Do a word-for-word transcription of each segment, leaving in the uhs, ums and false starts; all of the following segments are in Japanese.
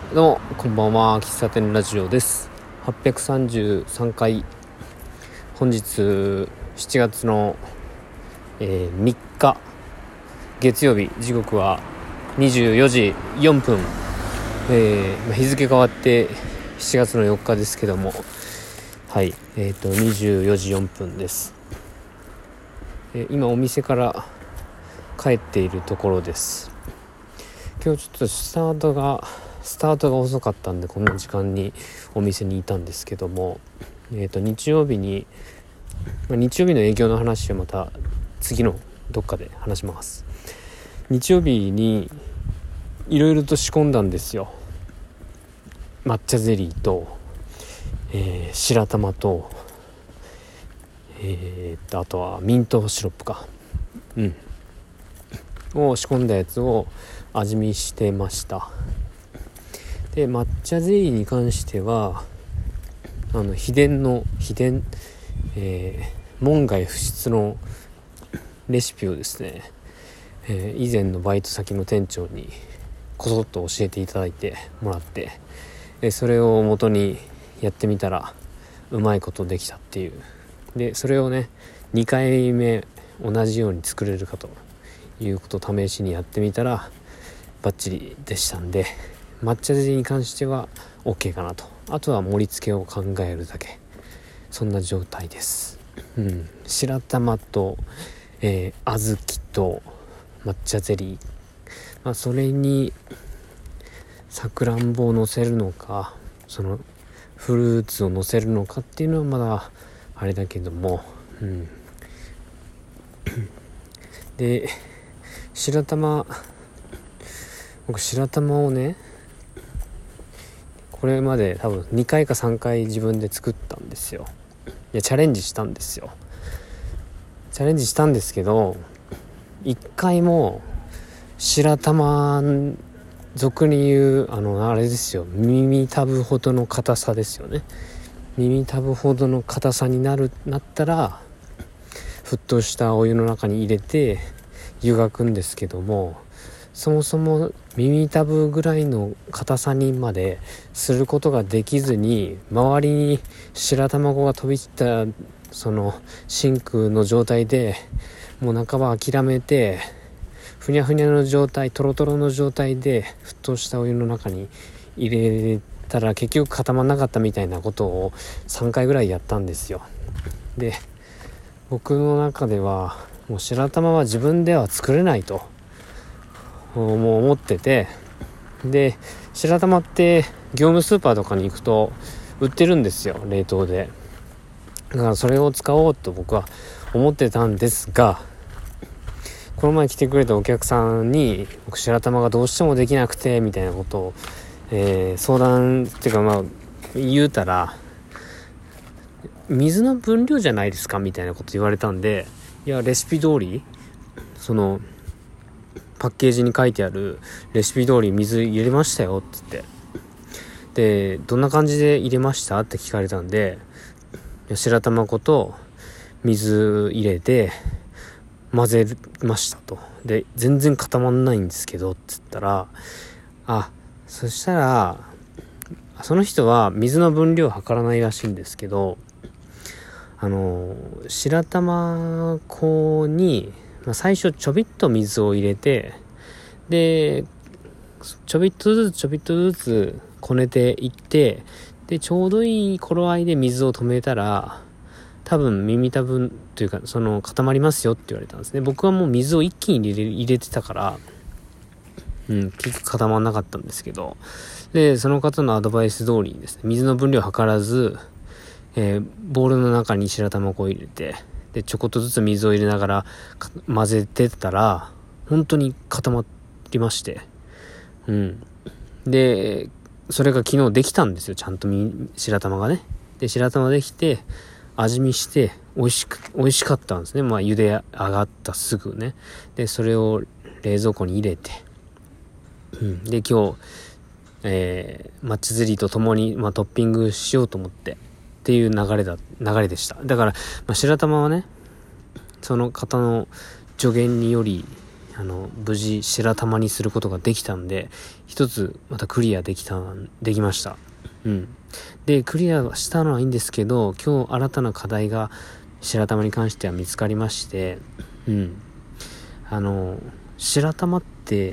どうもこんばんは。喫茶店ラジオです。はっぴゃくさんじゅうさんかい、本日しちがつの、えー、みっか月曜日、時刻はにじゅうよじよんぷん、えー、日付変わってしちがつのよっかですけども、はいえーとにじゅうよじよんぷんです。えー、今お店から帰っているところです。今日ちょっとスタートがスタートが遅かったんでこんな時間にお店にいたんですけども、えーと日曜日に、まあ、日曜日の営業の話はまた次のどっかで話します。日曜日にいろいろと仕込んだんですよ。抹茶ゼリーと、えー、白玉と、えー、とあとはミントシロップかうんを仕込んだやつを味見してました。で抹茶ゼリーに関してはあの秘伝の秘伝、えー、門外不出のレシピをですね、えー、以前のバイト先の店長にこそっと教えていただいてもらって、でそれを元にやってみたらうまいことできたっていう。でそれをねにかいめ同じように作れるかということを試しにやってみたらバッチリでしたんで、抹茶ゼリーに関しては OK かなと。あとは盛り付けを考えるだけ、そんな状態です。うん、白玉と、えー、小豆と抹茶ゼリー、まあ、それにさくらんぼを乗せるのかそのフルーツを乗せるのかっていうのはまだあれだけども、うん、で白玉僕白玉をねこれまで多分にかいかさんかい自分で作ったんですよ。いやチャレンジしたんですよチャレンジしたんですけどいっかいも白玉俗に言うあのあれですよ、耳たぶほどの硬さですよね。耳たぶほどの硬さになるなったら沸騰したお湯の中に入れて湯がくんですけども、そもそも耳たぶぐらいの硬さにまですることができずに、周りに白玉が飛び散ったその真空の状態でもう半ば諦めて、ふにゃふにゃの状態、トロトロの状態で沸騰したお湯の中に入れたら結局固まんなかったみたいなことをさんかいぐらいやったんですよ。で僕の中ではもう白玉は自分では作れないともう思ってて、で白玉って業務スーパーとかに行くと売ってるんですよ、冷凍で。だからそれを使おうと僕は思ってたんですが、この前来てくれたお客さんに僕白玉がどうしてもできなくてみたいなことを、えー、相談っていうかまあ言うたら、水の分量じゃないですかみたいなこと言われたんで、いやレシピ通りそのパッケージに書いてあるレシピ通り水入れましたよって言って、でどんな感じで入れましたって聞かれたんで、白玉粉と水入れて混ぜましたと。で全然固まんないんですけどって言ったら、あそしたらその人は水の分量を測らないらしいんですけど、あの白玉粉に、まあ、最初ちょびっと水を入れて、でちょびっとずつちょびっとずつこねていって、でちょうどいい頃合いで水を止めたら多分耳たぶというかその固まりますよって言われたんですね。僕はもう水を一気に入れ入れてたから、うん、結局固まらなかったんですけど、でその方のアドバイス通りにですね、水の分量を測らず、えー、ボウルの中に白玉粉を入れて、でちょこっとずつ水を入れながら混ぜてたら本当に固まりまして、うん、でそれが昨日できたんですよ、ちゃんと白玉がね。で白玉できて味見して美味しく美味しかったんですね。まあ茹で上がったすぐね。でそれを冷蔵庫に入れて、うん、で今日、えー、抹茶ゼリーとともに、まあ、トッピングしようと思ってっていう流れだ流れでした。だから、まあ、白玉はねその方の助言によりあの無事白玉にすることができたんで、一つまたクリアできたできました。うんでクリアしたのはいいんですけど、今日新たな課題が白玉に関しては見つかりまして、うんあの白玉って、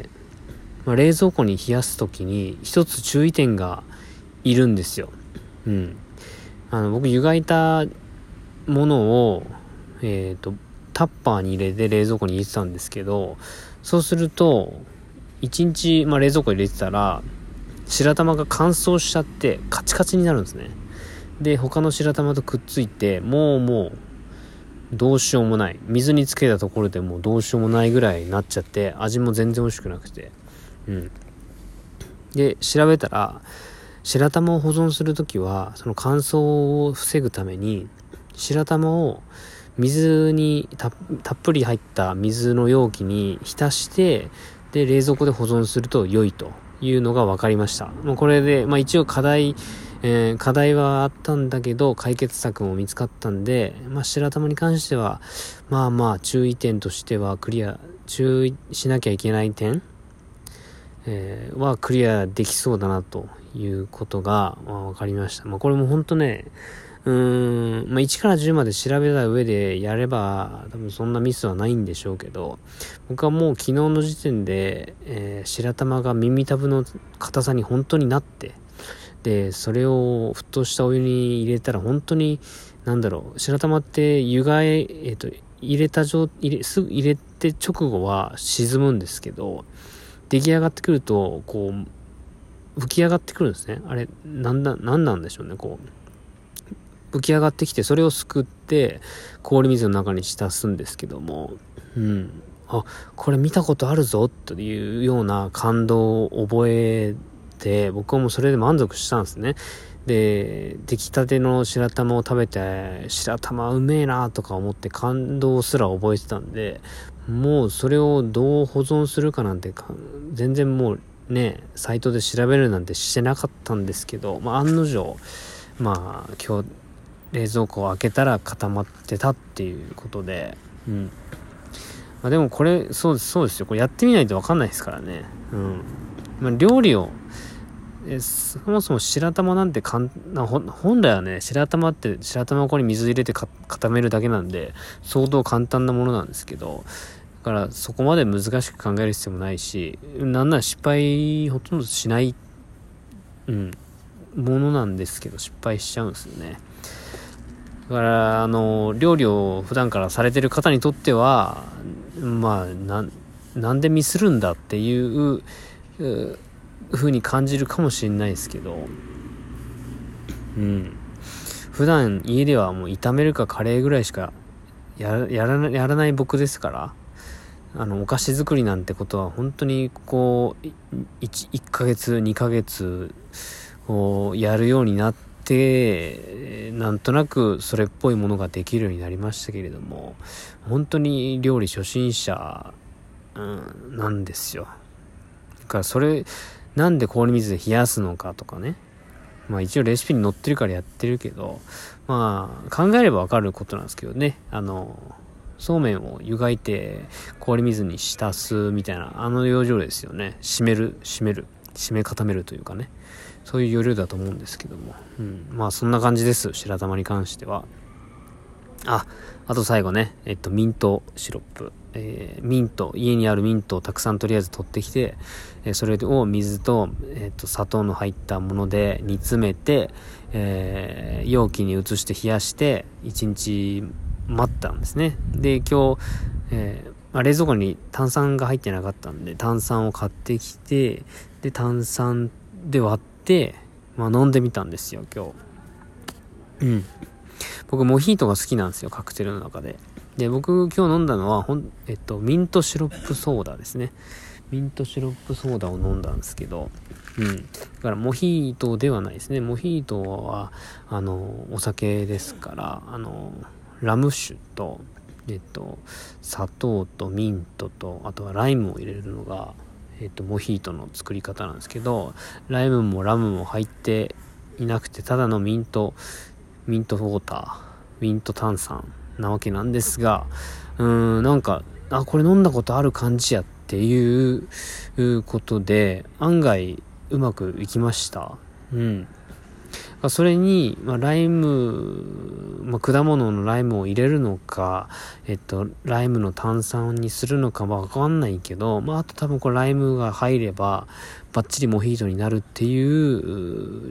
まあ、冷蔵庫に冷やすときに一つ注意点がいるんですよ。うんあの僕湯がいたものをえっとタッパーに入れて冷蔵庫に入れてたんですけど、そうするといちにち、まあ、冷蔵庫に入れてたら白玉が乾燥しちゃってカチカチになるんですね。で他の白玉とくっついてもうもうどうしようもない、水につけたところでもうどうしようもないぐらいになっちゃって、味も全然美味しくなくて、うんで調べたら白玉を保存するときはその乾燥を防ぐために白玉を水に た, たっぷり入った水の容器に浸して、で冷蔵庫で保存すると良いというのが分かりました。もうこれで、まあ、一応課題、えー、課題はあったんだけど解決策も見つかったんで、まあ、白玉に関してはまあまあ注意点としてはクリア注意しなきゃいけない点、えー、はクリアできそうだなということが、まあ、分かりました。まあ、これも本当ねうーん、まあ、いちからじゅうまで調べた上でやれば多分そんなミスはないんでしょうけど、僕はもう昨日の時点で、えー、白玉が耳たぶの硬さに本当になって、でそれを沸騰したお湯に入れたら本当になんだろう、白玉って湯がえ、えーと、入れた状入れすぐ入れて直後は沈むんですけど、出来上がってくるとこう浮き上がってくるんですね。あれなんだなんなんでしょうね。こう浮き上がってきて、それをすくって氷水の中に浸すんですけども、うんあこれ見たことあるぞというような感動を覚えて、僕はもうそれで満足したんですね。で出来たての白玉を食べて、白玉うめえなとか思って感動すら覚えてたんで、もうそれをどう保存するかなんて全然もうねサイトで調べるなんてしてなかったんですけど、まあ、案の定まあ今日冷蔵庫を開けたら固まってたっていうことで、うんまあ、でもこれそうですそうですよ、これやってみないと分かんないですからね。うんまあ、料理をえそもそも白玉なんてかんな本来はね、白玉って白玉粉に水入れてか固めるだけなんで相当簡単なものなんですけど、だからそこまで難しく考える必要もないし、なんなら失敗ほとんどしない、うん、ものなんですけど失敗しちゃうんですよね。だからあの料理を普段からされてる方にとってはまあ な, なんでミスるんだっていう風に感じるかもしれないですけど、うん普段家ではもう炒めるかカレーぐらいしかや ら, や, ら, なやらない僕ですから、あのお菓子作りなんてことは本当にこう 1, いっかげつにかげつをやるようになってでなんとなくそれっぽいものができるようになりましたけれども、本当に料理初心者、うん、なんですよ。だからそれなんで氷水で冷やすのかとかね、まあ一応レシピに載ってるからやってるけど、まあ考えればわかることなんですけどね、あのそうめんを湯がいて氷水に浸すみたいなあの要領ですよね。締める締める締め固めるというかね、そういう要領だと思うんですけども、うん、まあそんな感じです、白玉に関しては。あ、あと最後ね、えっとミントシロップ、えー、ミント家にあるミントをたくさんとりあえず取ってきて、えー、それを水と、えっと砂糖の入ったもので煮詰めて、えー、容器に移して冷やしていちにち待ったんですね。で今日、えーまあ、冷蔵庫に炭酸が入ってなかったんで炭酸を買ってきて、で炭酸で割って、まあ、飲んでみたんですよ今日。うん僕モヒートが好きなんですよ、カクテルの中で。で僕今日飲んだのはほん、えっと、ミントシロップソーダですね。ミントシロップソーダを飲んだんですけど、うんだからモヒートではないですね。モヒートはあのお酒ですから、あのラム酒とえっと砂糖とミントとあとはライムを入れるのがえっとモヒートの作り方なんですけど、ライムもラムも入っていなくてただのミントミントウォーターミント炭酸なわけなんですが、うーんなんかあこれ飲んだことある感じやっっていうことで案外うまくいきました。うんそれに、まあ、ライム、まあ、果物のライムを入れるのか、えっと、ライムの炭酸にするのかわかんないけど、まあ、あと多分これライムが入れば、バッチリモヒートになるっていう、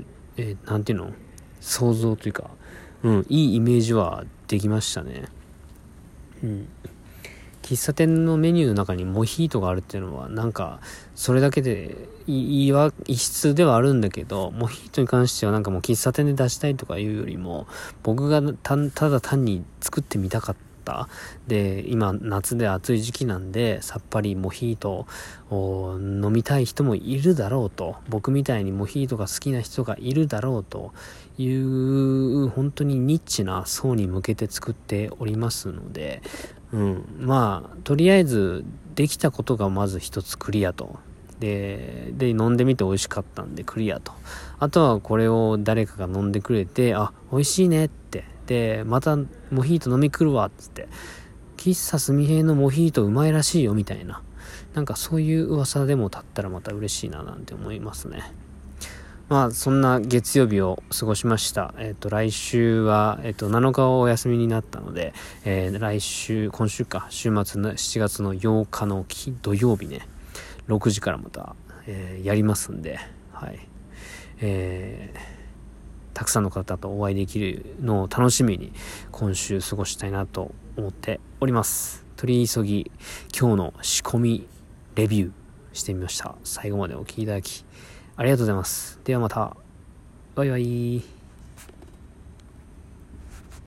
えー、なんていうの想像というか、うん、いいイメージはできましたね。うん。喫茶店のメニューの中にモヒートがあるっていうのはなんかそれだけでいいわ異質ではあるんだけど、モヒートに関してはなんかもう喫茶店で出したいとかいうよりも僕が た, ただ単に作ってみたかったで、今夏で暑い時期なんでさっぱりモヒートを飲みたい人もいるだろうと、僕みたいにモヒートが好きな人がいるだろうという本当にニッチな層に向けて作っておりますので、うん、まあとりあえずできたことがまず一つクリアとでで飲んでみて美味しかったんでクリアと、あとはこれを誰かが飲んでくれてあ美味しいねってでまたモヒート飲み来るわっつって喫茶すみへいのモヒートうまいらしいよみたいな、なんかそういう噂でも立ったらまた嬉しいななんて思いますね。まあそんな月曜日を過ごしました。えっと来週はえっとなのかお休みになったので、えー、来週今週か週末のしちがつのようかの土曜日ねろくじからまた、えー、やりますんで、はい、えー、たくさんの方とお会いできるのを楽しみに今週過ごしたいなと思っております。取り急ぎ今日の仕込みレビューしてみました。最後までお聞きいただきありがとうございます。ではまた。バイバイ。